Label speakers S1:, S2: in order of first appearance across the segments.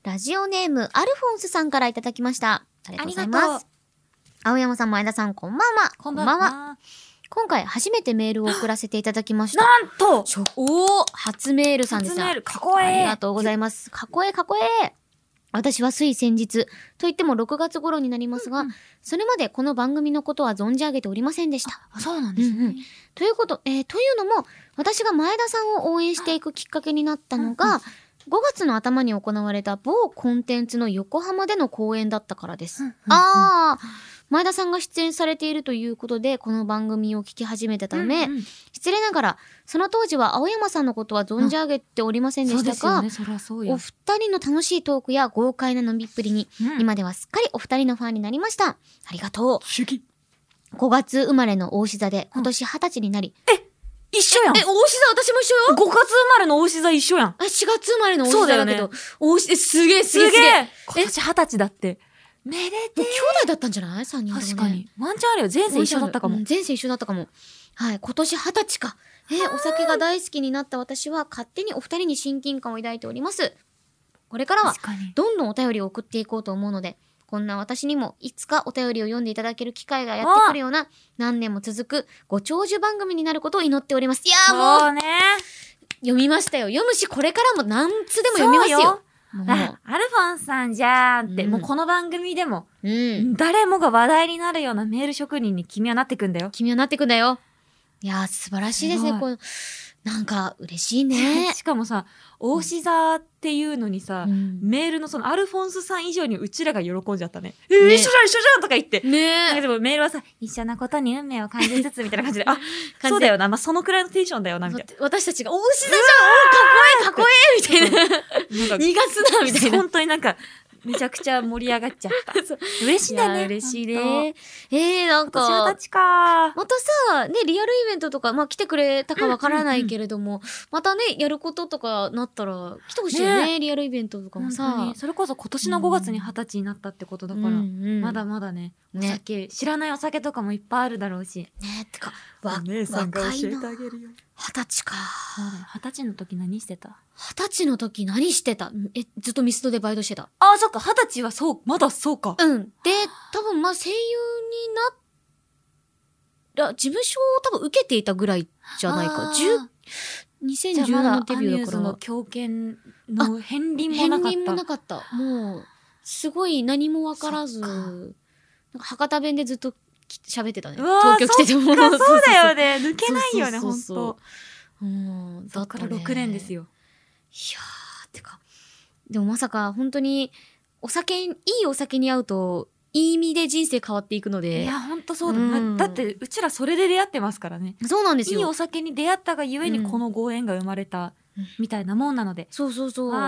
S1: ラジオネームアルフォンスさんからいただきました。ありがとうございます。青山さん、前田さん、こんばんは。
S2: こんばんは。
S1: 今回初めてメールを送らせていただきました。
S2: なんと
S1: 初メールさんでした。
S2: 初メール、かこえー。
S1: ありがとうございます。かこえー。私はつい先日、といっても6月頃になりますが、それまでこの番組のことは存じ上げておりませんでした。
S2: そうなんですね。
S1: というのも、私が前田さんを応援していくきっかけになったのが、5月の頭に行われた某コンテンツの横浜での公演だったからです。前田さんが出演されているということで、この番組を聞き始めたため、失礼ながら、その当時は青山さんのことは存じ上げておりませんでしたが、お二人の楽しいトークや豪快な飲みっぷりに、今ではすっかりお二人のファンになりました。ありがとう。5月生まれの大志座で、今年20歳になり、
S2: 一緒やん。
S1: 大志座私も一緒よ。
S2: 5月生まれの大志座一緒やん。
S1: 4月生まれの大志座だけど、大志座、すげえ。
S2: 今年20歳だって。めでてー。
S1: 兄弟だったんじゃない ?3 人ともね。
S2: 確かに。ワンチャンあるよ。前世一緒だったかも。
S1: 前世一緒だったかも。はい。今年20歳か。お酒が大好きになった私は勝手にお二人に親近感を抱いております。これからはどんどんお便りを送っていこうと思うので、こんな私にもいつかお便りを読んでいただける機会がやってくるような何年も続くご長寿番組になることを祈っております。いやーもうね、読みましたよ。読むし、これからも何つでも読みますよ。
S2: アルフォンさんじゃーんって、もうこの番組でも、誰もが話題になるようなメール職人に君はなってくんだよ。
S1: 君はなってくんだよ。いやー素晴らしいですね。なんか嬉しいね。
S2: しかもさ、大志座っていうのにさ、メールのそのアルフォンスさん以上にうちらが喜んじゃったね。一緒じゃんとか言って。ねえ。でもメールはさ、一緒なことに運命を感じつつみたいな感じで、そうだよな。まあ、そのくらいのテンションだよな、みたいな。
S1: 私たちが、大志座じゃんかっこええみたいな。逃がすなみたいな。
S2: 本当になんか、めちゃくちゃ盛り上がっちゃった。嬉しいね。
S1: 嬉しいね。なんか、
S2: 今年20歳か。
S1: またさ、ね、リアルイベントとか、まあ来てくれたかわからないけれども、またね、やることとかなったら、来てほしいよね、リアルイベントとかもさ。
S2: それこそ今年の5月に20歳になったってことだから、まだまだね、お酒、知らないお酒とかもいっぱいあるだろうし。
S1: ね、てか、
S2: お姉さんが教えてあげるよ。
S1: 20歳か。
S2: 20歳の時何してた
S1: ？20歳の時何してた？ずっとミスドでバイトしてた。
S2: そっか、20歳はそう、まだそうか。
S1: で、多分まあ声優にな事務所を多分受けていたぐらいじゃないか。2014年デビューだから。
S2: の狂犬の片鱗もなかった。
S1: 片鱗もなかった。もう、すごい何もわからず、なんか博多弁でずっと喋ってたね。東京来てても。
S2: そうだよね。抜けないよね、ほんと。だから6年ですよ。
S1: いやー、てか。でもまさか、本当に、いいお酒に合うと、いい意味で人生変わっていくので。
S2: いや、ほんとそうだ。だって、うちらそれで出会ってますからね。
S1: そうなんですよ。
S2: いいお酒に出会ったがゆえに、このご縁が生まれた、みたいなもんなので。
S1: そう。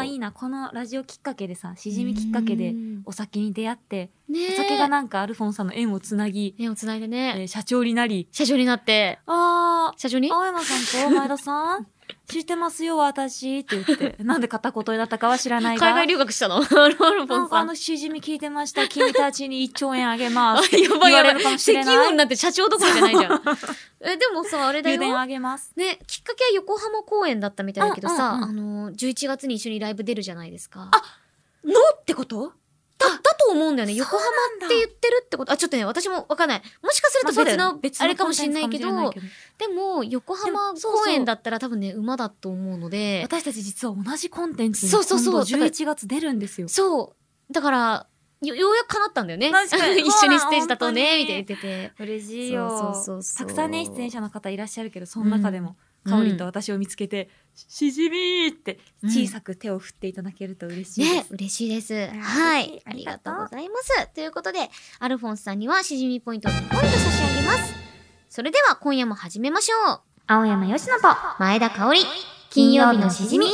S2: いいな。このラジオきっかけでさ、しじみきっかけで、お酒に出会って、お酒がなんかアルフォンさんの縁をつなぎ、
S1: 縁をつないでね。
S2: 社長になって。
S1: 社長に
S2: 青山さんと前田さん知ってますよ、私って言って。なんで片言になったかは知らないが。
S1: 海外留学したのアルフォンさん。
S2: しじみ聞いてました。君たちに1兆円あげます。
S1: 言われるかもしれない。責任になって社長どころじゃないじゃん。でもさ、あれだよ。
S2: 油田あげます。
S1: ね、きっかけは横浜公演だったみたいだけどさ、11月に一緒にライブ出るじゃないですか。
S2: ってこと
S1: だと思うんだよね。横浜って言ってるってこと。ちょっとね、私もわかんない。もしかすると別のあれかもしれないけど、でも、横浜公演だったら多分ね、馬だと思うので。
S2: 私たち実は同じコンテンツに今度11月出るんですよ。
S1: そう。だから、ようやく叶ったんだよね。
S2: 確かに。
S1: 一緒にステージだとね、みたいな言ってて。
S2: 嬉しいよ。たくさんね、出演者の方いらっしゃるけど、その中でも、かおりんと私を見つけて、しじみーって小さく手を振っていただけると嬉しいです。
S1: ね、嬉しいです。はい。ありがとうございます。ということで、アルフォンスさんにはしじみポイント2ポイント差し上げます。それでは今夜も始めましょう。青山よしのと前田香織、金曜日のしじみ。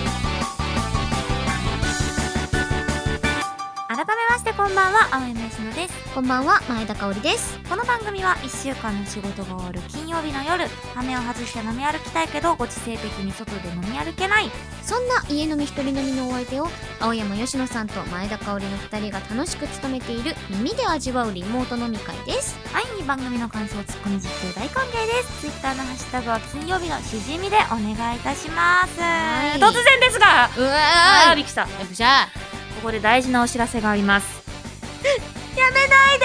S2: 改めましてこんばんは、青山よしのです。 です。
S1: こんばんは、前田香織です。
S2: この番組は1週間の仕事が終わる金曜日の夜、羽目を外して飲み歩きたいけどご時世的に外で飲み歩けない、
S1: そんな家飲み一人飲みのお相手を青山佳乃さんと前田香織の2人が楽しく務めている耳で味わうリモート飲み会です。
S2: はい、番組の感想、ツッコミ実況大歓迎です。ツイッターのハッシュタグは金曜日のしじみでお願いいたします。突然ですが、
S1: うわー、
S2: びっくりした。
S1: よっしゃ。
S2: ここで大事なお知らせがあります。やめないで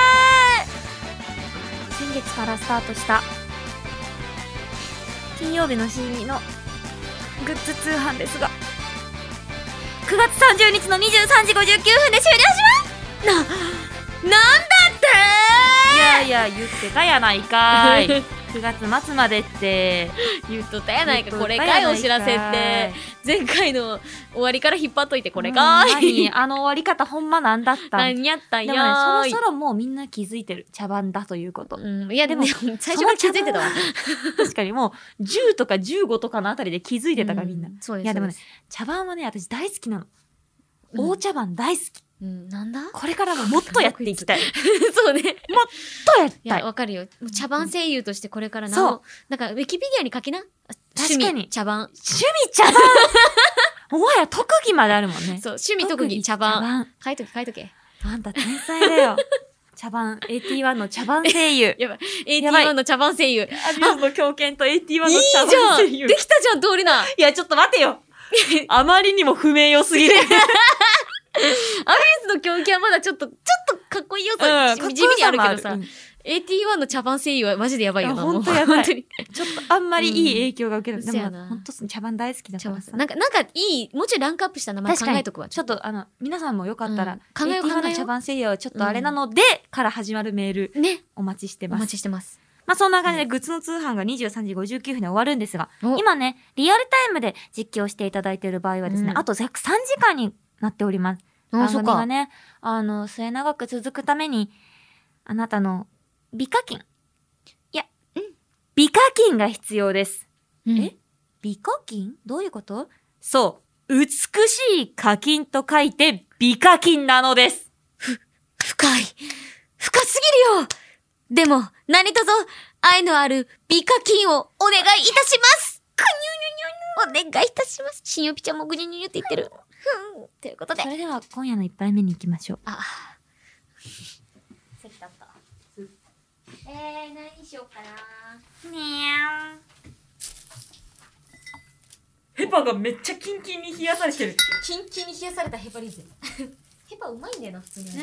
S2: ー。先月からスタートした金曜日のしじみのグッズ通販ですが、9月30日の23時59分で終了します。なんだってー。いやいや、言ってたやないかーい。9月末までって
S1: 言っとったやないか。これかい、お知らせって。前回の終わりから引っ張っといてこれかーい。
S2: あの終わり方ほんまなんだったん。
S1: 何やったんやーい。
S2: でもね、そろそろもうみんな気づいてる。茶番だということ。
S1: いやでも、最初から気づいてたわ。
S2: 確かにもう、10とか15とかのあたりで気づいてたからみんな。
S1: そうです。
S2: いやでもね、茶番はね、私大好きなの。大茶番大好き。
S1: なんだ
S2: これからももっとやっていきたい。
S1: そうね。もっ
S2: とやりたい。
S1: いや、わかるよ。茶番声優としてこれから
S2: そう。
S1: なんか、ウィキペディアに書きな。
S2: 確かに。
S1: 茶番。
S2: 趣味茶番お前は特技まであるもんね。
S1: そう、趣味特技、茶番。書いとけ。
S2: あんた天才だよ。茶番、AT1 の茶番声優。
S1: やばい。AT1 の茶番声優。
S2: アビューズの狂犬と AT1 の茶番声優。
S1: いいじゃん。できたじゃん、通りな。
S2: いや、ちょっと待てよ。あまりにも不名誉すぎる。
S1: アビューズの狂気はまだちょっとかっこいい要素、地味にあるけどさ、AT1 の茶番声優はマジでやばいよな。
S2: ほんとやばい。ちょっとあんまりいい影響が受ける。でも、ほんと茶番大好きだからさ。
S1: なんかいい、もうちょいランクアップした名前考えとくわ。
S2: ちょっと皆さんもよかったら、
S1: AT1
S2: の茶番声優はちょっとあれなので、から始まるメール、
S1: ね。
S2: お待ちしてます。
S1: お待ちしてます。
S2: まあそんな感じでグッズの通販が23時59分で終わるんですが、今ね、リアルタイムで実況していただいている場合はですね、あと約3時間になっております。番組がね、末永く続くために、あなたの美課金。いや、美課金が必要です。美課金？どういうこと？そう。美しい課金と書いて美課金なのです。
S1: 深すぎるよ。でも、何卒愛のある美課金をお願いいたします。お願いいたします。新予備ちゃんもぐにゅにゅにゅって言ってる。ということで。
S2: それでは今夜の一杯目に行きましょう。
S1: 席立った。何しようかな。
S2: ヘパがめっちゃキンキンに冷やされてる。
S1: キンキンに冷やされたヘパリーゼ。ヘパうまいんだよな、普通に。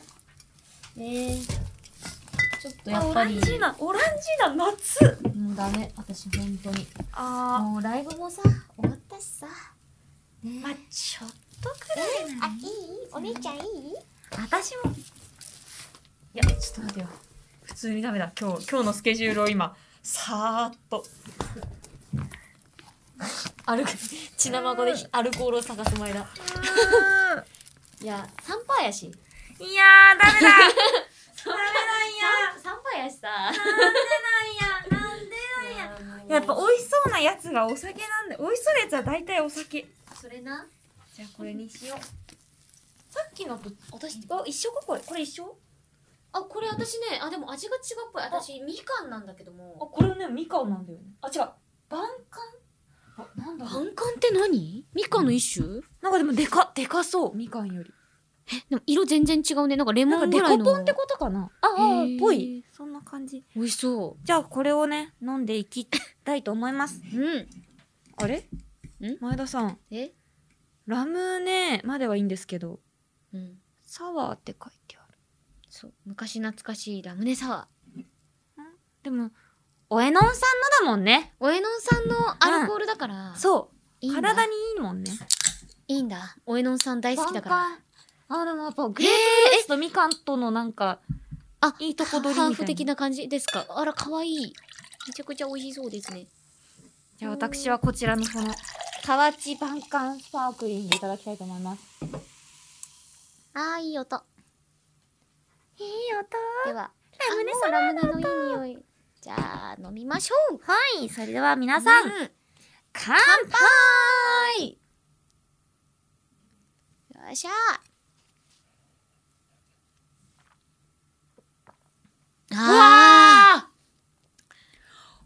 S1: ちょっとやっぱり。オランジーナ、夏。もうダメ、私本当に。もうライブもさ、終わったしさ。
S2: まあ、ちょっとくらいなのに。
S1: いい？お姉ちゃんいい？
S2: 私も。いや、ちょっと待ってよ。普通にダメだ。今日のスケジュールを今、さーっと。
S1: 血生語でアルコールを探す前だ。いや、3%やし。
S2: いやー、ダメだ。ダメなんや。
S1: 3%やしさ。
S2: なんでなんや。やっぱ美味しそうなやつがお酒なんで、美味しそうなやつは大体お酒。
S1: それな。
S2: じゃあこれにしよう。さっきのと、私、一緒かこれ。これ一緒？
S1: これ私ね、でも味が違うっぽい。私、みかんなんだけども。
S2: これね、みかんなんだよね。違う。晩柑？なんだろう。
S1: 晩柑って何？みかんの一種？
S2: なんかでもでかそう、みかんより。
S1: でも色全然違うね。なんかレモンぐらいの。
S2: デコポンってことかな？ぽい。そんな感じ。
S1: 美味しそう。
S2: じゃあこれをね、飲んでいきたいと思います。あれ？前田さん。ラムネまではいいんですけど、サワーって書いてある。
S1: そう。昔懐かしいラムネサワー。
S2: でも、おえのんさんのだもんね。
S1: おえのんさんのアルコールだから。
S2: そう。体にいいもんね。
S1: いいんだ。おえのんさん大好きだから。
S2: でもやっぱグレープフルーツとみかんとのなんか、いいとこ取りみたいな。
S1: ハーフ的な感じですか。あら、かわいい。めちゃくちゃ美味しそうですね。
S2: じゃあ私はこちらのこの、河内晩柑スパークリングいただきたいと思います。
S1: いい音。
S2: いい音。
S1: では、ラムネのいい匂い。じゃあ、飲みましょう。
S2: はい。それでは皆さん、乾杯！
S1: よっしゃ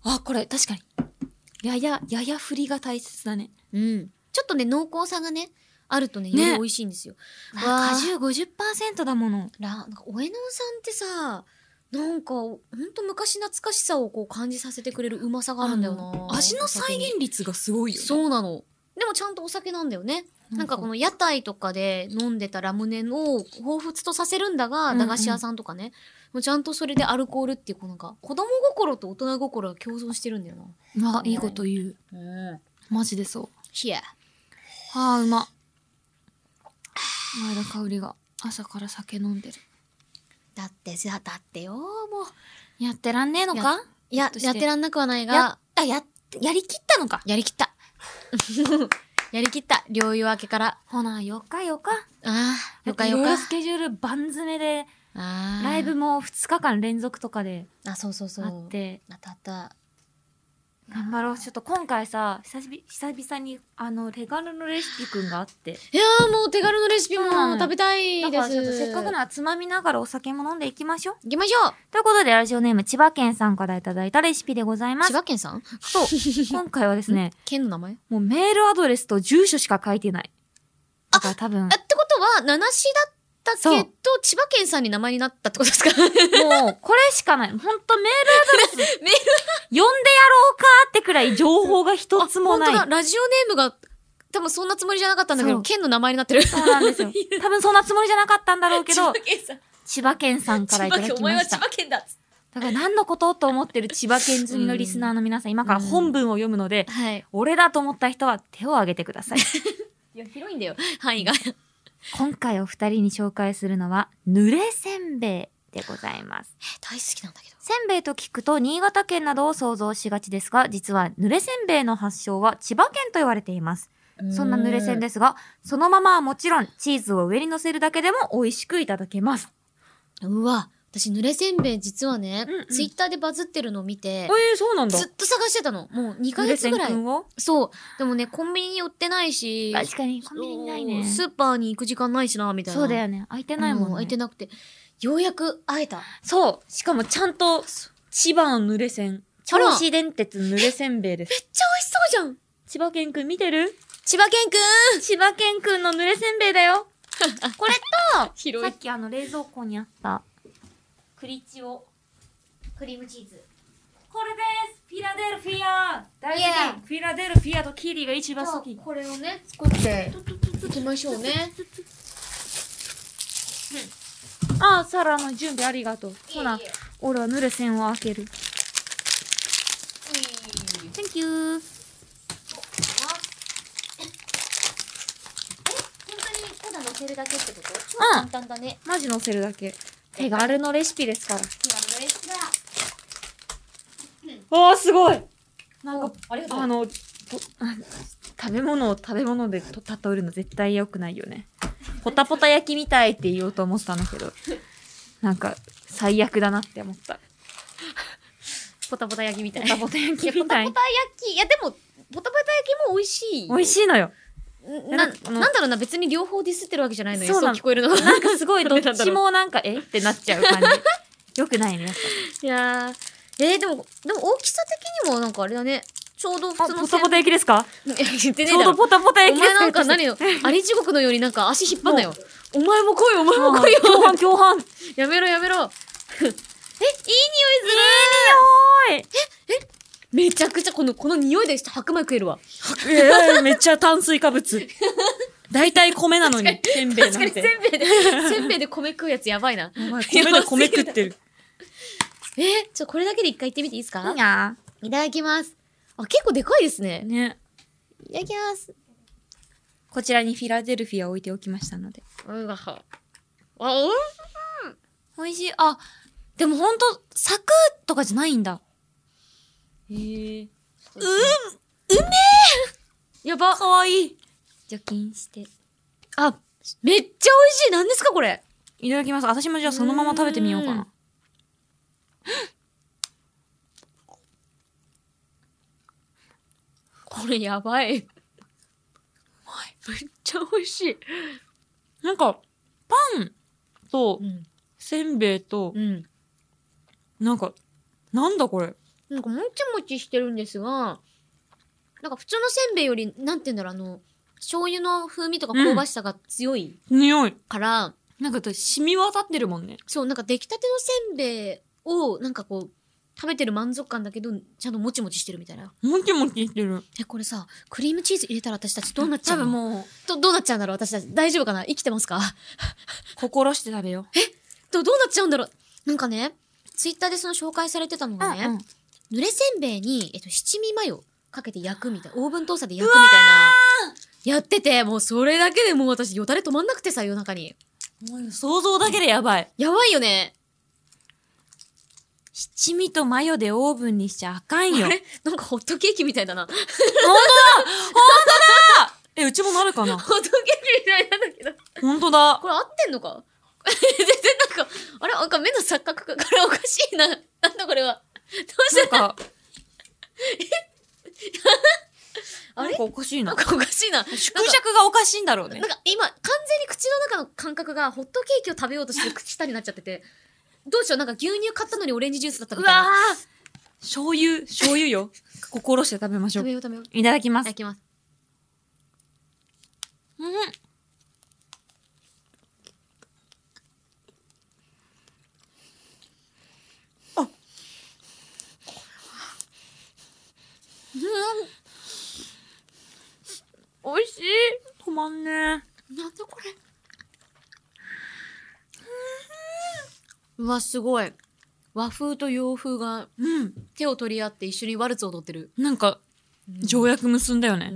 S2: あ、これ確かに。やや振りが大切だね。
S1: うん。ちょっとね、濃厚さがね、あるとね、より美味しいんですよ。
S2: 果汁 50% だもの。
S1: なんか、おえのさんってさ、なんか、ほんと昔懐かしさをこう感じさせてくれるうまさがあるんだよな。
S2: 味の再現率がすごいよね。
S1: そうなの。でもちゃんとお酒なんだよね。なんかこの屋台とかで飲んでたラムネを彷彿とさせるんだが、駄菓子屋さんとかね。もうちゃんとそれでアルコールっていう、こうなんか、子供心と大人心が共存してるんだよな。
S2: あ、いいこと言う。マジでそう。
S1: ひや。
S2: はあ、うま。前田香織が朝から酒飲んでる。
S1: だってよ、もう。
S2: やってらんねえのか？
S1: やってらんなくはないが。
S2: やりきったのか。
S1: やりきった。やりきった。療養明けから。
S2: ほな、よか。
S1: ああ、よか。
S2: スケジュール番詰めで、
S1: ああ。
S2: ライブも2日間連続とかで。
S1: あ、そう。
S2: あって。
S1: あった。
S2: 頑張ろう。ちょっと今回さ、久々に、手軽のレシピくんがあって。
S1: いやーもう手軽のレシピも食べたいです。
S2: だからちょっとせっかくならつまみながらお酒も飲んでいきましょう。
S1: 行きましょう。
S2: ということで、ラジオネーム千葉県さんからいただいたレシピでございます。
S1: 千葉県さん？
S2: そう。今回はですね、
S1: 県の名前？
S2: もうメールアドレスと住所しか書いてない。だから多分。
S1: ってことは、七市だったけど、千葉県さんに名前になったってことですか？
S2: もう、これしかない。ほんとメールアドレス。呼んでやろうかってくらい情報が一つもない。
S1: 本当だ、ラジオネームが、多分そんなつもりじゃなかったんだけど、県の名前になってる。
S2: そうなんですよ。多分そんなつもりじゃなかったんだろうけど、千葉県さんからいただきました。
S1: お前は千葉県だ。
S2: だから何のことと思ってる千葉県済みのリスナーの皆さん、今から本文を読むので、俺だと思った人は手を挙げてください。
S1: いや、広いんだよ、範囲が。
S2: 今回お二人に紹介するのは、濡れせんべいでございます。
S1: 大好きなんだけど。
S2: せんべいと聞くと新潟県などを想像しがちですが、実は濡れせんべいの発祥は千葉県と言われています。そんな濡れせんですが、そのままはもちろんチーズを上に乗せるだけでも美味しくいただけます。
S1: うわ、私濡れせんべい実はね、ツイッターでバズってるのを見て、
S2: そうなんだ。
S1: ずっと探してたの。もう2ヶ月ぐらい。そう。でもね、コンビニに売ってないし、
S2: 確かにコンビニにないね。
S1: スーパーに行く時間ないしな、みたいな。
S2: そうだよね。空いてないもんね。
S1: 空いてなくて。ようやく会えた。
S2: そう。しかもちゃんと、千葉の濡れせん。銚子電鉄濡れせんべいです。
S1: めっちゃ美味しそうじゃん。
S2: 千葉県くん見てる？
S1: 千葉県くん。
S2: 千葉県くんの濡れせんべいだよ。これと、
S1: 広い。
S2: さっき冷蔵庫にあった、栗チオ。クリームチーズ。これです。フィラデルフィア。大好き。フィラデルフィアとキリが一番好き。
S1: これをね、作っていきましょうね。
S2: ああ、サラの準備ありがとう。ほな、俺は濡れせんを開ける。Thank you。
S1: ただ乗せるだけってこと？超簡単だね。
S2: マジ乗せるだけ。手軽のレシピですから。
S1: 手軽のレシピだ。
S2: ああ、すごい。なんか、
S1: ありがとう。
S2: 食べ物を食べ物で例えるの絶対良くないよね。ポタポタ焼きみたいって言おうと思ったんだけど、なんか最悪だなって思った。
S1: ポタポタ焼きみたい。
S2: ポタポタ焼きみたい。
S1: ポタポタ焼き、いやでも、ポタポタ焼きも美味しい。
S2: 美味しいのよ。
S1: なんだろうな、別に両方ディスってるわけじゃないのよ。そう聞こえるの。
S2: なんかすごいどっちもなんか、ってなっちゃう感じ。よくないね、やっぱ。
S1: いやー、でも大きさ的にもなんかあれだね。ちょうど普通の。
S2: ポタポタ焼きですか？
S1: 言ってねえだろ。
S2: ちょうどポタポタ焼きですか？
S1: お前なんか何よ。アリ地獄のようになんか足引っ張んなよ。お前も来いよ、お前も来いよ。
S2: 共犯。
S1: やめろ。いい匂いする。いい
S2: 匂い。
S1: めちゃくちゃこの匂いで白米食えるわ。
S2: めっちゃ炭水化物。大体米なのに、せんべいなんて。
S1: 確かにせんべいで米食うやつやばいな。
S2: お前米で米食ってる。
S1: これだけで一回行ってみていいですか？
S2: いいな。
S1: いただきます。あ、結構でかいですね。
S2: ね。
S1: いただきます。
S2: こちらにフィラデルフィアを置いておきましたので。美味しい。あ、でもほんと、サクッとかじゃないんだ。
S1: うめえ
S2: やば。かわいい。除菌して。
S1: あ、めっちゃ美味しい。何ですかこれ。
S2: いただきます。私もじゃあそのまま食べてみようかな。
S1: これやばい。めっちゃ美味しい。
S2: なんか、パンと、せんべいと、なんか、なんだこれ。
S1: なんかもちもちしてるんですが、なんか普通のせんべいより、なんて言うんだろう、醤油の風味とか香ばしさが強い
S2: 匂い。
S1: から、
S2: なんか染み渡ってるもんね。
S1: そう、なんか出来たてのせんべいを、なんかこう、食べてる満足感だけど、ちゃんともちもちしてるみたいな。
S2: もちもちしてる。
S1: これさ、クリームチーズ入れたら私たちどうなっちゃうの？
S2: 多分もう、
S1: どうなっちゃうんだろう私たち。大丈夫かな？生きてますか？
S2: 心して食べよう。
S1: どうなっちゃうんだろう？なんかね、ツイッターでその紹介されてたのがね、濡れせんべいに、七味マヨかけて焼くみたいな、オーブントースターで焼くみたいな、やってて、もうそれだけでもう私よだれ止まんなくてさ、夜中に。
S2: もう想像だけでやばい。
S1: やばいよね。
S2: 七味とマヨでオーブンにしちゃあかんよ。
S1: あれなんかホットケーキみたいだな。
S2: ほんとだうちもなるかな？
S1: ホットケーキみたいなんだけど。
S2: ほんとだ。
S1: これ合ってんのか？全然なんか、あれなんか目の錯覚が、これおかしいな。なんだこれは。どうした
S2: なんか、
S1: あれ
S2: なんかおかしいな。
S1: なんかおかしいな。
S2: 縮尺がおかしいんだろうね
S1: なん。か今、完全に口の中の感覚がホットケーキを食べようとしてる口下になっちゃってて、どうしよう、なんか牛乳買ったのにオレンジジュースだったみたいな。
S2: 醤油よ。心して食べましょう。
S1: 食べよう。
S2: いただきます。
S1: いただきます。
S2: うん。
S1: 美味しい。
S2: 止まんねえ。
S1: なんだこれ。うわ、すごい。和風と洋風が手を取り合って一緒にワルツを踊ってる。
S2: なんか、条約結んだよね。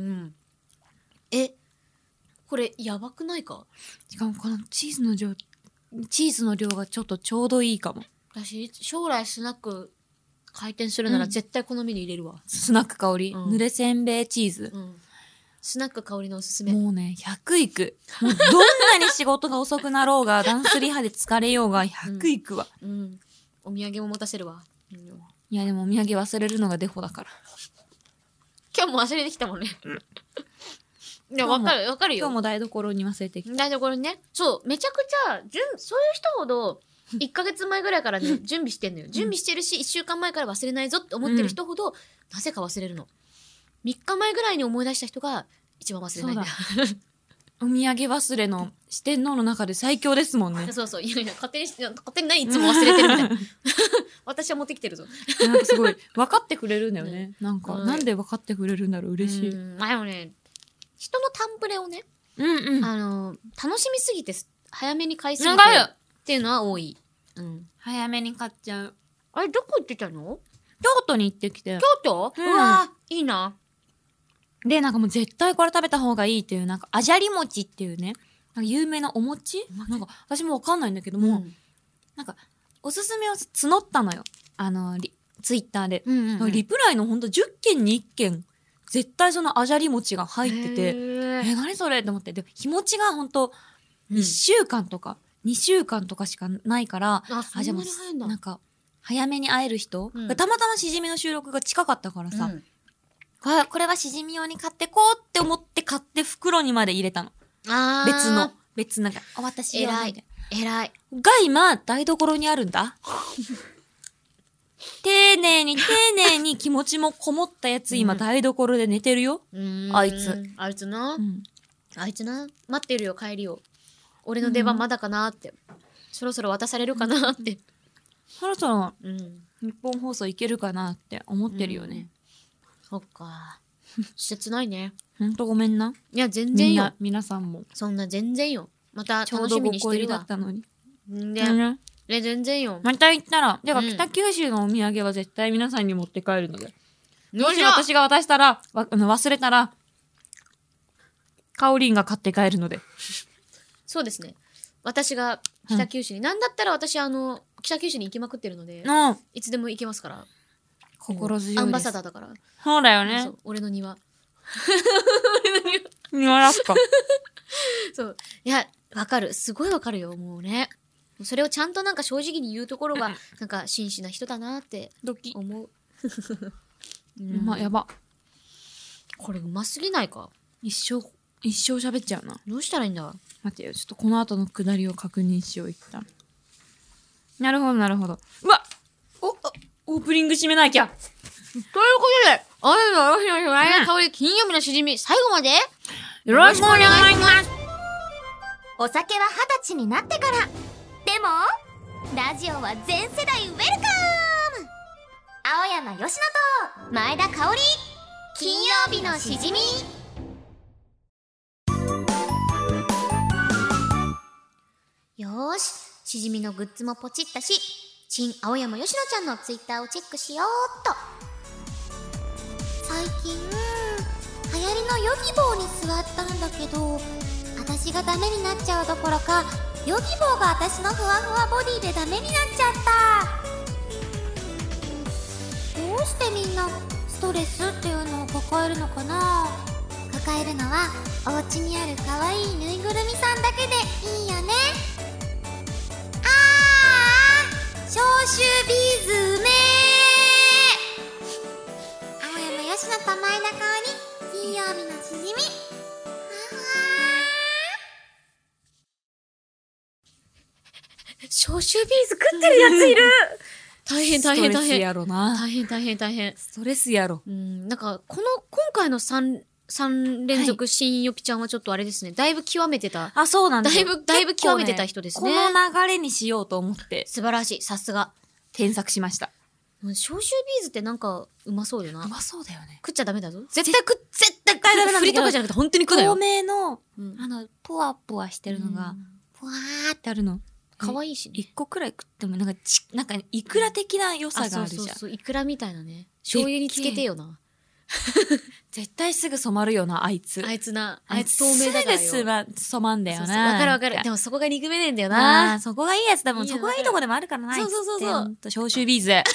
S1: これやばくないか？
S2: しかもこのチーズの量がちょうどいいかも。
S1: 私、将来スナック開店するなら絶対このメニュー入れるわ。
S2: スナック香り、濡れせんべいチーズ。
S1: スナック香りのおすすめ。
S2: もうね、100いく。もうどんなに仕事が遅くなろうが、ダンスリハで疲れようが、100いくわ。
S1: お土産も持たせるわ。
S2: いやでもお土産忘れるのがデフォだから。
S1: 今日も忘れてきたもんね。いや、わかるよ。
S2: 今日も台所に忘れてきた。
S1: 台所にね。そう、めちゃくちゃ、そういう人ほど、1ヶ月前ぐらいからね、準備してんのよ。準備してるし、1週間前から忘れないぞって思ってる人ほど、なぜか忘れるの。3日前ぐらいに思い出した人が、一番忘れないんだよ。
S2: お土産忘れの四天王の中で最強ですもんね。
S1: そうそう。いや、勝手に何いつも忘れてるみたいな。私は持ってきてるぞ。
S2: なんかすごい、分かってくれるんだよね。なんか、なんで分かってくれるんだろう、嬉しい。
S1: まあでもね、人のタンプレをね、楽しみすぎて、早めに買いすぎてっていうのは多い。
S2: 早めに買っちゃう。
S1: あれ、どこ行ってたの？
S2: 京都に行ってきて。
S1: 京都？うわー、いいな。
S2: で、なんかもう絶対これ食べた方がいいっていう、なんか、あじゃり餅っていうね、なんか有名なお餅なんか、私もわかんないんだけども、なんか、おすすめを募ったのよ。ツイッターで。リプライのほんと10件に1件、絶対そのあじゃり餅が入ってて、何それって思って。で、日持ちがほんと、1週間とか、2週間とかしかないから、
S1: じゃあ
S2: なんか、早めに会える人、たまたましじみの収録が近かったからさ、これはしじみ用に買ってこうって思って買って袋にまで入れたの。別なんか、私用みたいな。
S1: 偉い。
S2: が今、台所にあるんだ。丁寧に気持ちもこもったやつ、今台所で寝てるよ。あいつ。
S1: あいつな。待ってるよ、帰りを。俺の出番まだかなって。そろそろ渡されるかなって。
S2: そろそろ、日本放送いけるかなって思ってるよね。
S1: そっか。切ないね。
S2: ほんとごめんな。
S1: いや、全然よ。
S2: 皆さんも。
S1: そんな全然よ。また楽しみにしてるわ。
S2: ちょうど5個入りだったのに。
S1: 全然よ。
S2: また行ったら、だから北九州のお土産は絶対皆さんに持って帰るので。もし私が渡したら、忘れたら、かおりんが買って帰るので。
S1: そうですね。私が北九州に、なんだったら私北九州に行きまくってるので、いつでも行けますから。
S2: 心強いです。
S1: アンバサダーだから。
S2: そうだよね。
S1: 俺の庭。
S2: 庭だっか。
S1: そう。いや、わかる。すごいわかるよ、もうね。それをちゃんとなんか正直に言うところが、なんか真摯な人だなって思う。
S2: やば。
S1: これうますぎないか？
S2: 一生喋っちゃうな。
S1: どうしたらいいんだ？
S2: 待ってよ、ちょっとこの後のくだりを確認しよう、一旦。なるほど。うわオープニング締めなきゃ。
S1: ことで、青山よしの前田香織金曜日のしじみ、最後まで、
S2: よろしくお願いします。
S3: お酒は20歳になってから。でも、ラジオは全世代ウェルカム。青山よしのと前田香織金曜日のしじみ。
S1: よーし、しじみのグッズもポチったし、新青山よしのちゃんのツイッターをチェックしようっと。
S3: 最近流行りのヨギボーに座ったんだけど、私がダメになっちゃうどころか、ヨギボーが私のふわふわボディでダメになっちゃった。どうしてみんなストレスっていうのを抱えるのかな。抱えるのはお家にある可愛いぬいぐるみさんだけでいいよね。消臭ビーズうめー。青山よしのと前田香織金曜日のしじみ。
S1: 消臭ビーズ食ってるやついる。大変。
S2: ストレスやろな。
S1: 大変。
S2: ストレスやろ。
S1: なんか、今回の3連続新よぴちゃんはちょっとあれですね。だいぶ極めてた。
S2: あ、そうなんだよ。
S1: だいぶ極めてた人ですね。
S2: この流れにしようと思って。
S1: 素晴らしい。さすが。
S2: 添削しました。
S1: 消臭ビーズってなんか、うまそうよな。
S2: うまそうだよね。
S1: 食っちゃダメだぞ。絶対ダメなんだけど。振りとかじゃなくて本当に食うなよ。
S2: 透明の、ポワポワしてるのが、ポワーってあるの。
S1: 可愛いしね。
S2: 一個くらい食っても、なんかイクラ的な良さがあるじゃん。
S1: そう、イクラみたいなね。醤油につけてよな。
S2: 絶対すぐ染まるよな、あいつ。
S1: あいつ透明だからよ。
S2: すぐ染まんだよな。
S1: わかる。でもそこが憎めねえんだよな。
S2: そこがいいやつだもん。そこがいいとこでもあるからな。
S1: そう。
S2: 消臭ビーズ。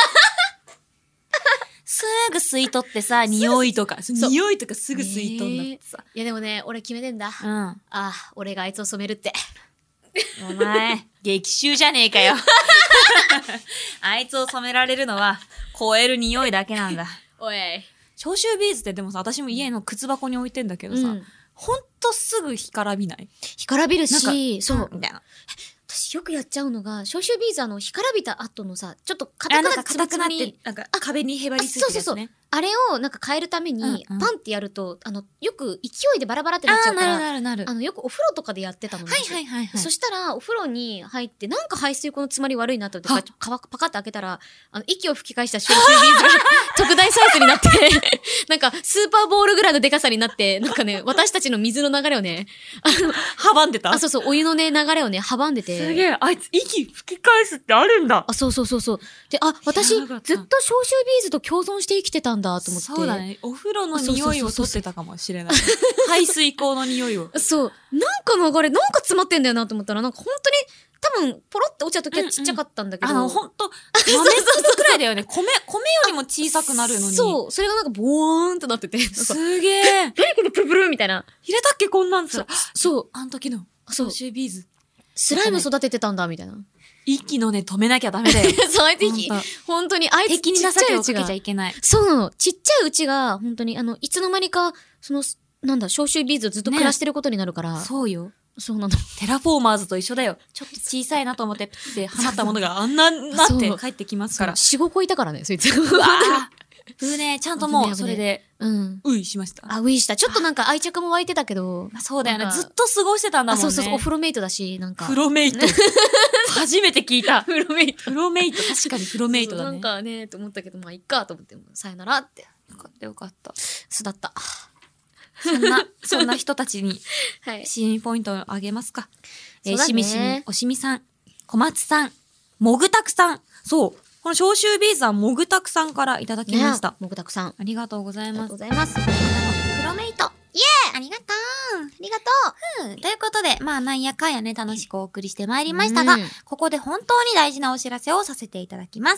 S2: すぐ吸い取ってさ、匂いとかすぐ吸い取んだってさ。
S1: いやでもね、俺決めてんだ。俺があいつを染めるって。
S2: お前、激臭じゃねえかよ。あいつを染められるのは、超える匂いだけなんだ。
S1: おい。
S2: 消臭ビーズってでもさ、私も家の靴箱に置いてんだけどさ、ほんとすぐ干からびない？
S1: 干からびるし、そう。
S2: みたいな。
S1: 私よくやっちゃうのが、消臭ビーズ干からびた後のさ、ちょっと硬くなって、
S2: なんか壁にへばりついてるやつね。
S1: そう。あれをなんか変えるために、パンってやると、よく勢いでバラバラってなっちゃうから、
S2: なる。
S1: よくお風呂とかでやってたのね。
S2: はい。
S1: そしたら、お風呂に入って、なんか排水口の詰まり悪いなと思って、パカッて開けたら、息を吹き返した消臭ビーズが特大サイズになって、なんか、スーパーボールぐらいのデカさになって、なんかね、私たちの水の流れをね、
S2: 阻んでた？
S1: そう、お湯のね、流れをね、阻んでて。
S2: すげえ、あいつ息吹き返すってあるんだ。
S1: そう。で、私、ずっと消臭ビーズと共存して生きてたんだと思って。
S2: そうだね。お風呂の匂いを取ってたかもしれない。排水口の匂いを。
S1: そう。なんか流れ、なんか詰まってんだよなと思ったら、なんか本当に、多分、ポロって落ちた時はちっちゃかったんだけど。
S2: ほんと、豆粒くらいだよね。米よりも小さくなるのに。
S1: そう。それがなんか、ボーンとなってて。
S2: すげえ。
S1: 何このプルプルみたいな。
S2: 入れたっけこんなん
S1: そう。
S2: あの時の、消臭ビーズ。
S1: スライム育ててたんだ、みたいな。
S2: 息のね、止めなきゃダメだよ。
S1: そう、あいつ息。本当に、あいつ
S2: 敵に情けをかけちゃいけない。
S1: そうなの。ちっちゃいうちが、本当に、いつの間にか、消臭ビーズをずっと暮らしてることになるから。
S2: そうよ。
S1: そうなの。
S2: テラフォーマーズと一緒だよ。ちょっと小さいなと思って、ピッて放ったものがあんななって帰ってきますから。
S1: 4、5個いたからね、そいつ。
S2: うわぁ。ね、ちゃんともう、それで、ういしました。
S1: ういした。ちょっとなんか愛着も湧いてたけど。
S2: そうだよね。ずっと過ごしてたんだもんね。
S1: そう、お風呂メイトだし、なんか。
S2: 風呂メイト。初めて聞いた。
S1: 風呂メイト。
S2: 確かに風呂メイトだね。
S1: なんかね、と思ったけど、まあ、いっかと思って、さよならって。
S2: よかった。
S1: 巣だった。
S2: そんな人たちに、支援ポイントをあげますか。しみしみ、おしみさん、小松さん、もぐたくさん。そう。この消臭ビーズはもぐたくさんからいただきました。
S1: もぐたくさん。
S2: ありがとうございます。
S1: ありがとうございます。
S3: プロメイト。イエーイ、ありがとう。ということで、なんやかんやね、楽しくお送りしてまいりましたが、ここで本当に大事なお知らせをさせていただきます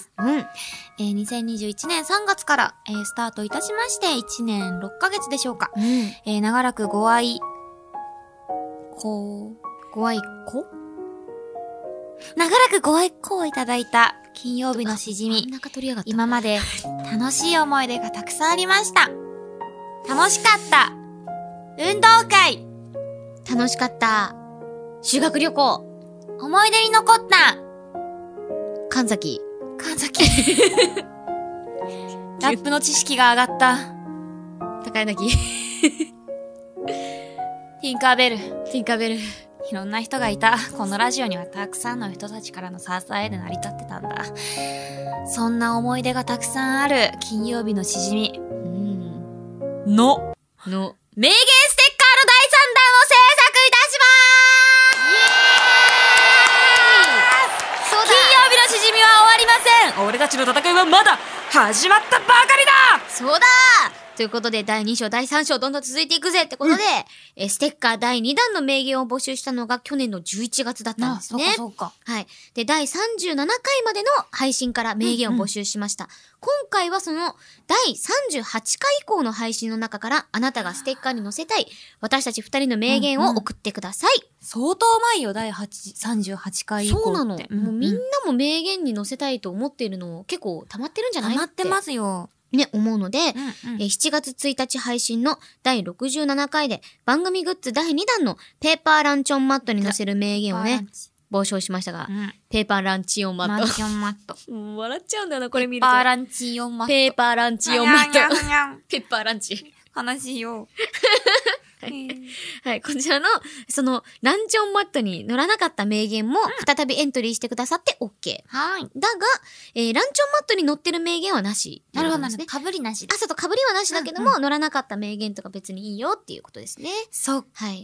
S3: 。2021年3月から、スタートいたしまして、1年6ヶ月でしょうか。長らくご愛顧をいただいた金曜日のしじみ。今まで楽しい思い出がたくさんありました。楽しかった運動会、
S1: 楽しかった修学旅行、
S3: 思い出に残った
S1: 神崎
S3: ラップの知識が上がった。
S1: 高柳。
S3: ティンカーベル。
S1: ティンカーベル。
S3: いろんな人がいた。このラジオにはたくさんの人たちからの支えで成り立ってたんだ。そんな思い出がたくさんある金曜日のしじみ。の。名言ステッカーの第3弾を制作いたします。そうだ。金曜日のしじみは終わりません。
S2: 俺たちの戦いはまだ始まったばかりだ。
S1: そうだということで、第2章、第3章、どんどん続いていくぜってことで、ステッカー第2弾の名言を募集したのが去年の11月だったんですね。
S3: そうか。
S1: はい。で、第37回までの配信から名言を募集しました。今回はその第38回以降の配信の中から、あなたがステッカーに載せたい、私たち2人の名言を送ってください。
S3: 相当前よ、38回以降って。
S1: そうなの。もうみんなも名言に載せたいと思っているの結構溜まってるんじゃない？
S3: 溜まってますよ。
S1: ね、思うので、7月1日配信の第67回で番組グッズ第2弾のペーパーランチョンマットに載せる名言をね、募集しましたが、ペーパーランチオンマット。
S3: ランチオンマット。
S1: 笑っちゃうんだよな、これ見ると。
S3: ペーパーランチオンマット。
S1: ペーパーランチオンマット。ペッパーランチ。
S3: 悲しいよ。
S1: はい、こちらの、その、ランチョンマットに乗らなかった名言も、再びエントリーしてくださって OK。
S3: はい。
S1: だが、ランチョンマットに乗ってる名言はなし。
S3: なるほどね。かぶりなし。
S1: そうとかぶりはなしだけども、乗らなかった名言とか別にいいよっていうことですね。
S3: そっか。
S1: はい。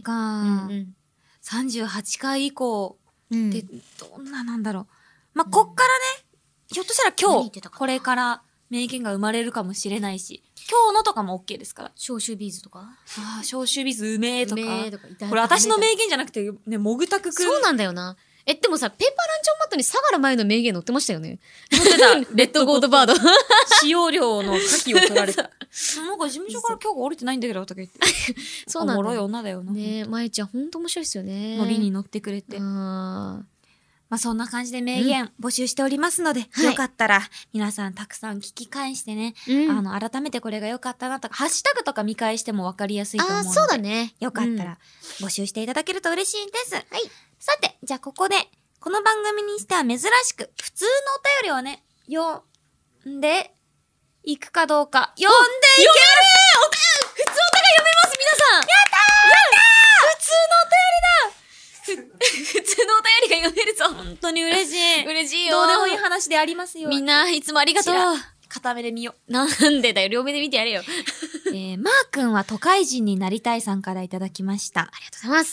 S3: 38回以降ってどんななんだろう。まあ、こっからね、ひょっとしたら今日、これから名言が生まれるかもしれないし、今日のとかも OK ですから。
S1: 消臭ビーズとか
S3: ああ、消臭ビーズうめえとか。
S1: こ
S3: れ私の名言じゃなくて、ね、もぐたくくん。
S1: そうなんだよな。でもさ、ペーパーランチョンマットに相良前の名言載ってましたよね。
S3: 載ってた。
S1: レッドゴードバード。
S3: 使用料の牡蠣を取られた。なんか事務所から今日降りてないんだけど、とか言って。
S1: そうなんだ。
S3: おもろい女だよな。
S1: ねえ、まえちゃんほんと面白いですよね。
S3: ノリに乗ってくれて。まあそんな感じで名言募集しておりますので、よかったら皆さんたくさん聞き返してね、改めてこれが良かったなとか、ハッシュタグとか見返しても分かりやすいと思うので、
S1: そうだね。
S3: よかったら募集していただけると嬉しいです。はい。さて、じゃあここで、この番組にしては珍しく、普通のお便りをね、読んでいくかどうか、読んでいける！
S1: 普通お便り読めます、皆さん！やったー！普通のお便りだ！普通のお便りが読めるぞ。
S3: 本当に嬉しい。
S1: 嬉しいよ。
S3: どうでもいい話でありますよ。
S1: みんないつもありがとう。
S3: 片目で見よ。
S1: なんでだよ、両目で見てやれよ。
S3: マー君は都会人になりたいさんからいただきました。
S1: ありがとうございます。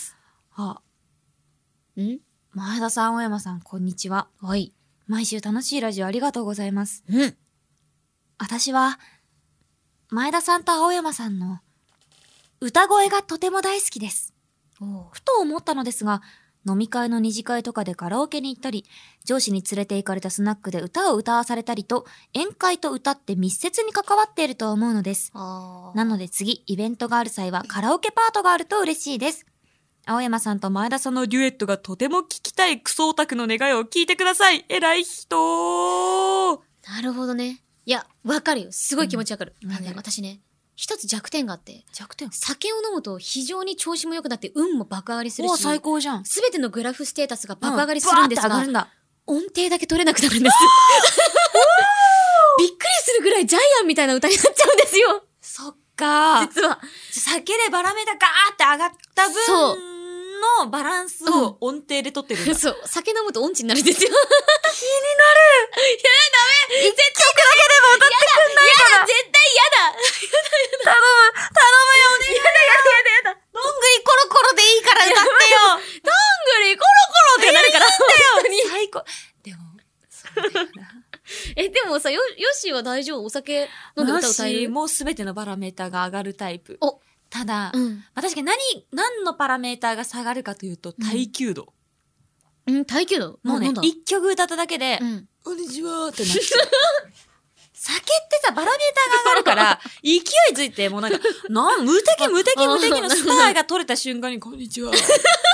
S3: 前田さん、青山さん、こんにちは。
S1: はい。
S3: 毎週楽しいラジオありがとうございます。私は、前田さんと青山さんの歌声がとても大好きです。ふと思ったのですが、飲み会の二次会とかでカラオケに行ったり、上司に連れて行かれたスナックで歌を歌わされたりと、宴会と歌って密接に関わっていると思うのです。なので次、イベントがある際はカラオケパートがあると嬉しいです。青山さんと前田さんのデュエットがとても聞きたいクソオタクの願いを聞いてください。偉い人。
S1: なるほどね。いや、わかるよ。すごい気持ちわかる。私ね、一つ弱点があって。酒を飲むと非常に調子も良くなって運も爆上がりするし。
S3: 最高じゃん。
S1: すべてのグラフステータスが爆上がりするんですが、音程だけ取れなくなるんです。びっくりするぐらいジャイアンみたいな歌になっちゃうんですよ。
S3: そっか。
S1: 実は。
S3: 酒でバラメータガーって上がった分のバランスを音程で取ってるんだ。
S1: そう。酒飲むと音痴になるんですよ。気になる。いや、ダメ。絶対だけでも歌ってくんないから。絶対嫌だ。頼むよ。やだ。
S3: どんぐりコロコロでいいから歌ってよ。
S1: どんぐりコロコロってなるから。
S3: 本当に。最高。でも、そうだよな。
S1: でもさ、ヨッシーは大丈夫？お酒飲んで歌歌える？
S3: もうすべてのパラメーターが上がるタイプ。ただ、確かに何のパラメーターが下がるかというと、耐久度。
S1: 耐久度？
S3: もうね、一曲歌っただけで、こんにちはーってなっちゃう。酒ってさ、バラメーターが上がるから、勢いついて、もうなんか、無敵のスターが取れた瞬間に、こんにちは。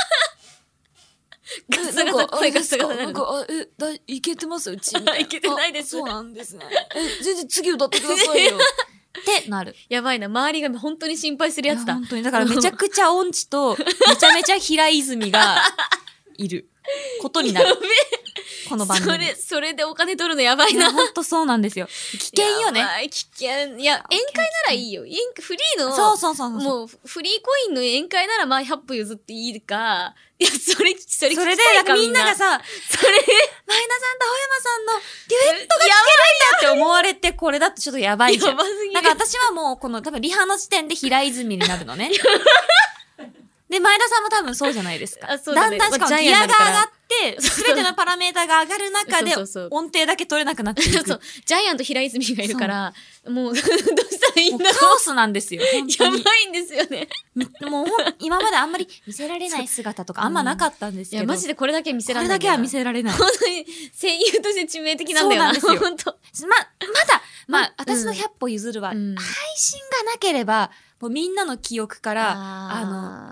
S1: 声がすごい。
S3: いけてますうち。
S1: いけてないです。
S3: そうなんですね。全然次歌ってくださいよ。ってなる。
S1: やばいな。周りが本当に心配するやつだ。
S3: 本当に。だからめちゃくちゃ音痴と、めちゃめちゃ平泉がいることになる。
S2: この番組。
S1: それでお金取るのやばいな。
S2: ほんとそうなんですよ。危険よね。
S1: 危険。いや、宴会ならいいよ。フリーの、
S2: そう。
S1: もう、フリーコインの宴会ならまあ100歩譲っていいか。いや、それ聞きたいか。
S2: それで、みんながさ、前田さんと青山さんのデュエットが聞けるんだって思われて、これだってちょっとやばいじゃん。
S1: やばすぎる。
S2: なんか私はもう、この多分リハの時点で平泉になるのね。で、前田さんも多分そうじゃないですか。
S1: そうだね、
S2: だんだんしかもギアが上がって、すべてのパラメーターが上がる中で、音程だけ取れなくなっていく。
S1: そう。ジャイアント平泉がいるから、もう、どうしたらいいんだろう。
S2: カオスなんですよ。本当に
S1: やばいんですよね。
S2: もう、今まであんまり見せられない姿とかあんまなかったんですけど。
S1: いや、マジでこれだけは見せられない。
S2: これだけは見せられない。
S1: 本当に、声優として致命的なんだよな。
S2: そうなんですよ。
S1: 本当。
S2: まだ、私の100歩譲るは、配信がなければ、もうみんなの記憶から、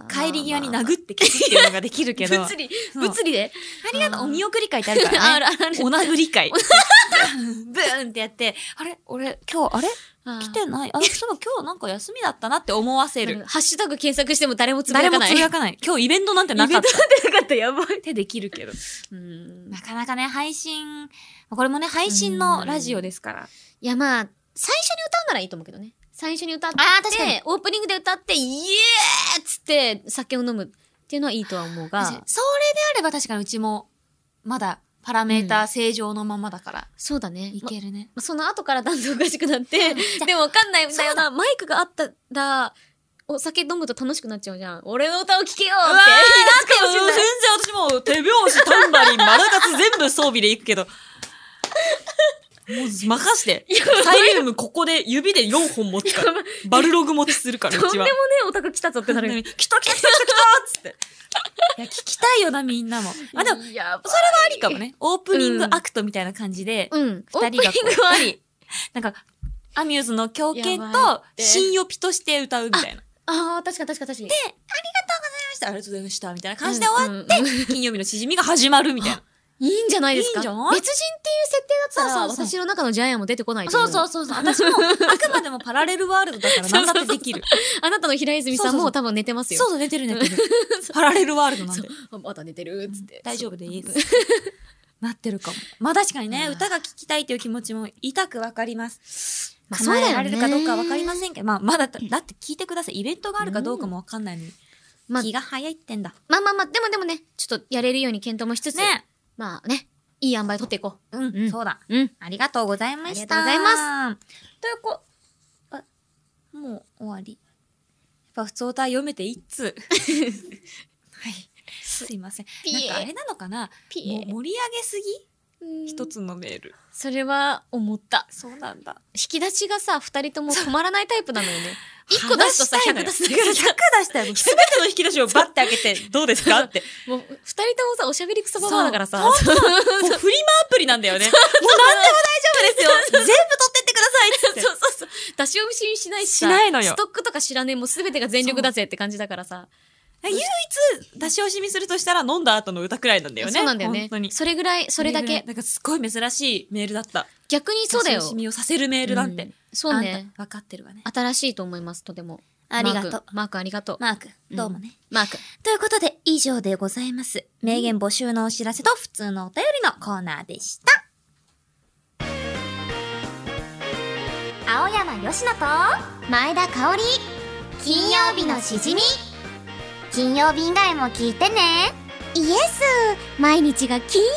S2: 帰り際に殴って消すっていうのができるけど。
S1: 物理で
S2: ありがとう、お見送り会ってあるからね。お殴り会。ブーンってやって、あれ俺、今日、来てないそういえば今日なんか休みだったなって思わせる。
S1: ハッシュタグ検索しても誰もつぶやかない。
S2: 誰もつぶやかない。今日イベントなんてなかった。
S1: イベントなんてなかった、やばい。
S2: ってできるけど。なかなかね、配信、これもね、配信のラジオですから。
S1: いや、まあ、最初に歌うならいいと思うけどね。最初に歌って、
S2: 確かに
S1: オープニングで歌って、イエーっつって酒を飲むっていうのはいいとは思うが。
S2: それであれば確かにうちも、まだ、パラメーター正常のままだから。
S1: そうだね。
S2: いけるね。
S1: その後からだんだんおかしくなって、でもわかんないんだよな。マイクがあったら、お酒飲むと楽しくなっちゃうじゃん。俺の歌を聴けよって。
S2: だって全然私も手拍子、タンバリン、マラカツ全部装備で行くけど。もう任して。サイリウムここで指で4本持つから。バルログ持ちするから、うちは。
S1: とんでもねえオタク来たぞってなる。
S2: 来たっつって。いや、聞きたいよな、みんなも。でも、それはありかもね。オープニングアクトみたいな感じで、二人が
S1: オープニングあり。
S2: なんか、アミューズの狂犬と、新予備として歌うみたいな。
S1: 確かに。で、ありがとうございま
S2: した、ありがとうございました、みたいな感じで終わって、金曜日のしじみが始まるみたいな。
S1: いいんじゃないですか。
S2: いいんじゃない？
S1: 別人っていう設定だったら、私の中のジャイアンも出てこないと思う。
S2: そう。私も、あくまでもパラレルワールドだから何だってできる。
S1: あなたの平泉さんも多分寝てますよ。
S2: そう、寝てる。パラレルワールドなんで。
S1: まだ寝てるつって。
S2: 大丈夫でいいです。なってるかも。まあ確かにね、歌が聴きたいという気持ちも痛くわかります。叶えられるかどうかわかりませんけど、まだ、だって聞いてください。イベントがあるかどうかもわかんないのに。気が早いってんだ。
S1: でもね、ちょっとやれるように検討もしつつ。ね。まあね。いい塩梅取っていこ
S2: う。そうだ。ありがとうございました。
S1: ありがとうございます。
S2: もう終わり。やっぱ普通歌読めて一通。はい。すいません。なんかあれなのかな、もう盛り上げすぎ一つのメール。
S1: それは思った。
S2: そうなんだ。
S1: 引き出しがさ、二人とも止まらないタイプなのよね。1個出すとさ、100出す。100
S2: 出したよ。すべての引き出しをバッて開けて、どうですかって。
S1: もう、二人ともさ、おしゃべりクソババアだからさ。
S2: もうフリマアプリなんだよね。もう何でも大丈夫ですよ。全部取ってってくださいって。
S1: そう。出し惜しみしないしさ。
S2: しないのよ。
S1: ストックとか知らねえ、もうすべてが全力だぜって感じだからさ。
S2: 唯一出し惜しみするとしたら飲んだ後の歌くらいなんだよね。
S1: そうなんだよね。
S2: 本当に。
S1: それぐらい、それだけ。
S2: なんかすごい珍しいメールだった。
S1: 逆にそうだよ。
S2: 出し惜しみをさせるメールだって。
S1: そうね。
S2: 分かってるわね。
S1: 新しいと思います、とても。
S3: ありがとう。
S1: マークありがとう。
S3: マーク、どうもね。
S1: マーク。
S3: ということで、以上でございます。名言募集のお知らせと普通のお便りのコーナーでした。青山よしのと前田香織、金曜日のしじみ。金曜日以外も聞いてね。イエス、毎日が金曜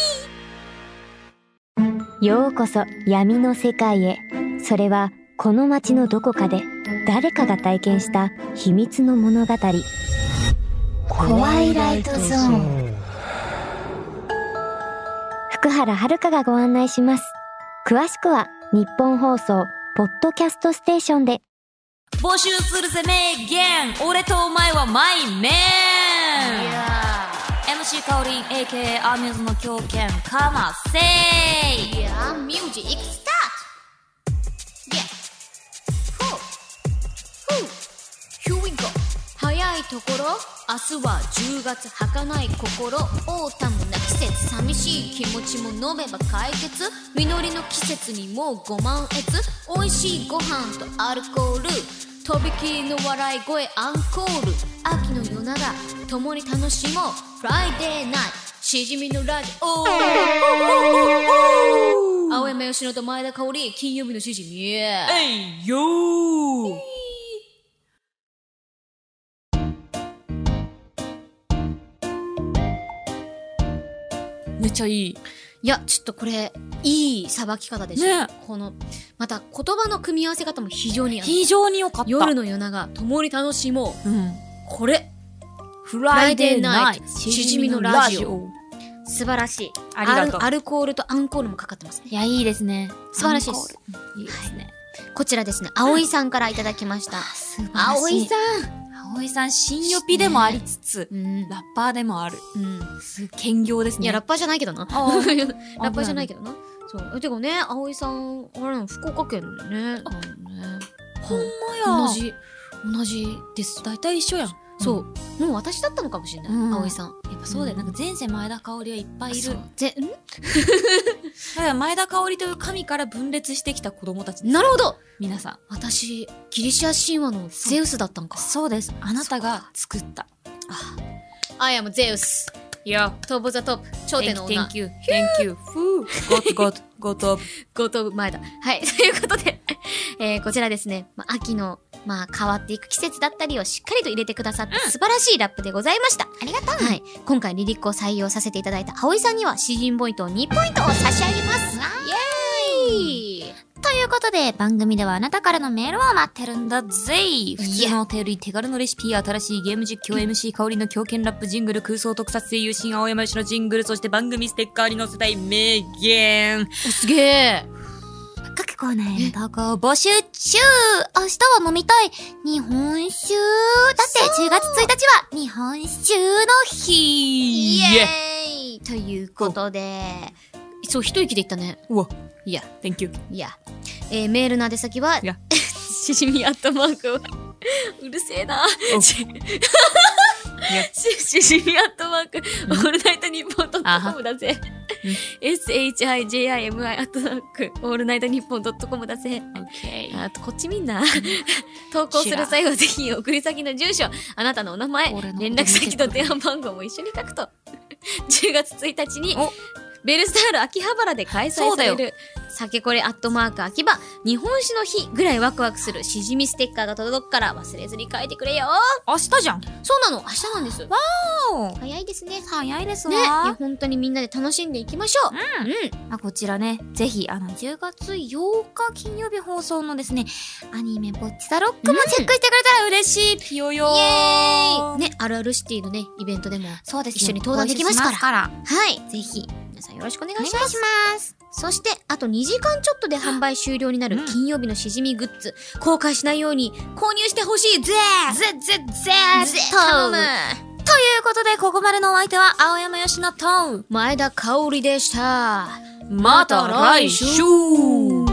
S3: 日。
S4: ようこそ闇の世界へ。それはこの街のどこかで誰かが体験した秘密の物語。
S3: コワイライトゾーン。
S4: 福原遥がご案内します。詳しくは日本放送ポッドキャストステーションで。
S2: 募集するぜ名言、俺とお前はマイメン。MC かおりん AKA アミューズの狂犬かませい。
S1: ミュージックスタート。Here we go。早いところ、明日は10月、儚い心、オータムな季節、寂しい気持ちも飲めば解決、実りの季節にもうご満悦、美味しいご飯とアルコール、とびきりの笑い声アンコール、秋の夜長共に楽しもうフライデーナイト、 しじみのラジオ青山佳乃と前田香織金曜日のしじみ
S2: えいよーめっちゃいい。
S1: いや、ちょっとこれ、いいさばき方でしょ。
S2: ね、
S1: この、また言葉の組み合わせ方も非常に
S2: 非常に良かった。
S1: 夜の夜長、共に楽しもう。
S2: うん。
S1: これ。
S2: フライデーナイト、
S1: しじみのラジオ。素晴らしい。
S2: ありがとう。
S1: アルコールとアンコールもかかってますね。
S3: いや、いいですね。
S1: 素晴らしいです。
S3: いいですね。
S1: こちらですね、葵さんからいただきました。
S3: 素晴らしい。
S1: 葵さん。
S3: 葵さん、新予備でもありつつ、ラッパーでもある。兼業ですね。
S1: いや、ラッパーじゃないけどな。ラッパーじゃないけどな。そう。てかね、葵さん、あれの福岡県だよね。
S3: ほんまや。
S1: 同じです。
S3: 大体一緒やん。
S1: そう。もう私だったのかもしれない。葵さん。
S3: やっぱそうだよ。なんか前世前田香織はいっぱいいる。だ
S2: から前田香織という神から分裂してきた子供たちです。
S1: なるほど。
S2: 皆さん。
S1: 私、ギリシア神話のゼウスだったんか。
S3: そうです。あなたが作った。
S1: I am Zeus。いや、トップザトップ。頂点の女。
S2: Thank you. Thank you. Got up.
S1: 前だ。はい。ということで、こちらですね、秋の、変わっていく季節だったりをしっかりと入れてくださった素晴らしいラップでございました。
S3: ありがとう。
S1: はい。今回リリックを採用させていただいた葵さんには、詩人ポイントを2ポイントを差し上げます。イエーイ
S3: ということで、番組ではあなたからのメールを待ってるんだぜ。普通のお便り、手軽のレシピ、新しいゲーム実況、MC 香りの狂犬ラップジングル、空想特撮声優新青山由のジングル、そして番組ステッカーに載せたい名言。
S1: すげえ。
S3: 各コーナーへの投稿を募集中。明日は飲みたい日本酒。だって10月1日は日本酒の日。
S1: イエーイということで、そう、一息で言ったね。
S2: うわ。
S1: いや、
S2: Thank you.
S1: いや。メールの宛先は、しじみ@うるせえな。しじみオールナイトニッポン.com だぜ。shijimiオールナイトニッポン.com だぜ。あと、こっちみんな。投稿する際はぜひ送り先の住所、あなたのお名前、連絡先と電話番号も一緒に書くと。10月1日に、ベルスタール秋葉原で開催される酒これ秋葉日本酒の日ぐらいワクワクするしじみステッカーが届くから忘れずに書いてくれよ。
S2: 明日じゃん。
S1: そうなの、明日なんです。
S3: わーお。
S1: 早いですね。
S3: 早いですわ。
S1: ね、いや本当にみんなで楽しんでいきましょう。
S3: こちらね、ぜひ10月8日金曜日放送のですね、アニメぼっちザロックもチェックしてくれたら嬉しい。
S2: ピヨヨー。
S1: イエーイ。ね、あるあるシティのね、イベントでも
S3: そうです
S1: 一緒に登壇できますから。はい、ぜひ皆さんよろしくお願いします。そして、あと2時間ちょっとで販売終了になる金曜日のしじみグッズ、後悔しないように購入してほしいぜ頼む。
S3: ということで、ここまでのお相手は青山佳乃と
S1: 前田香織でした。
S2: また来週。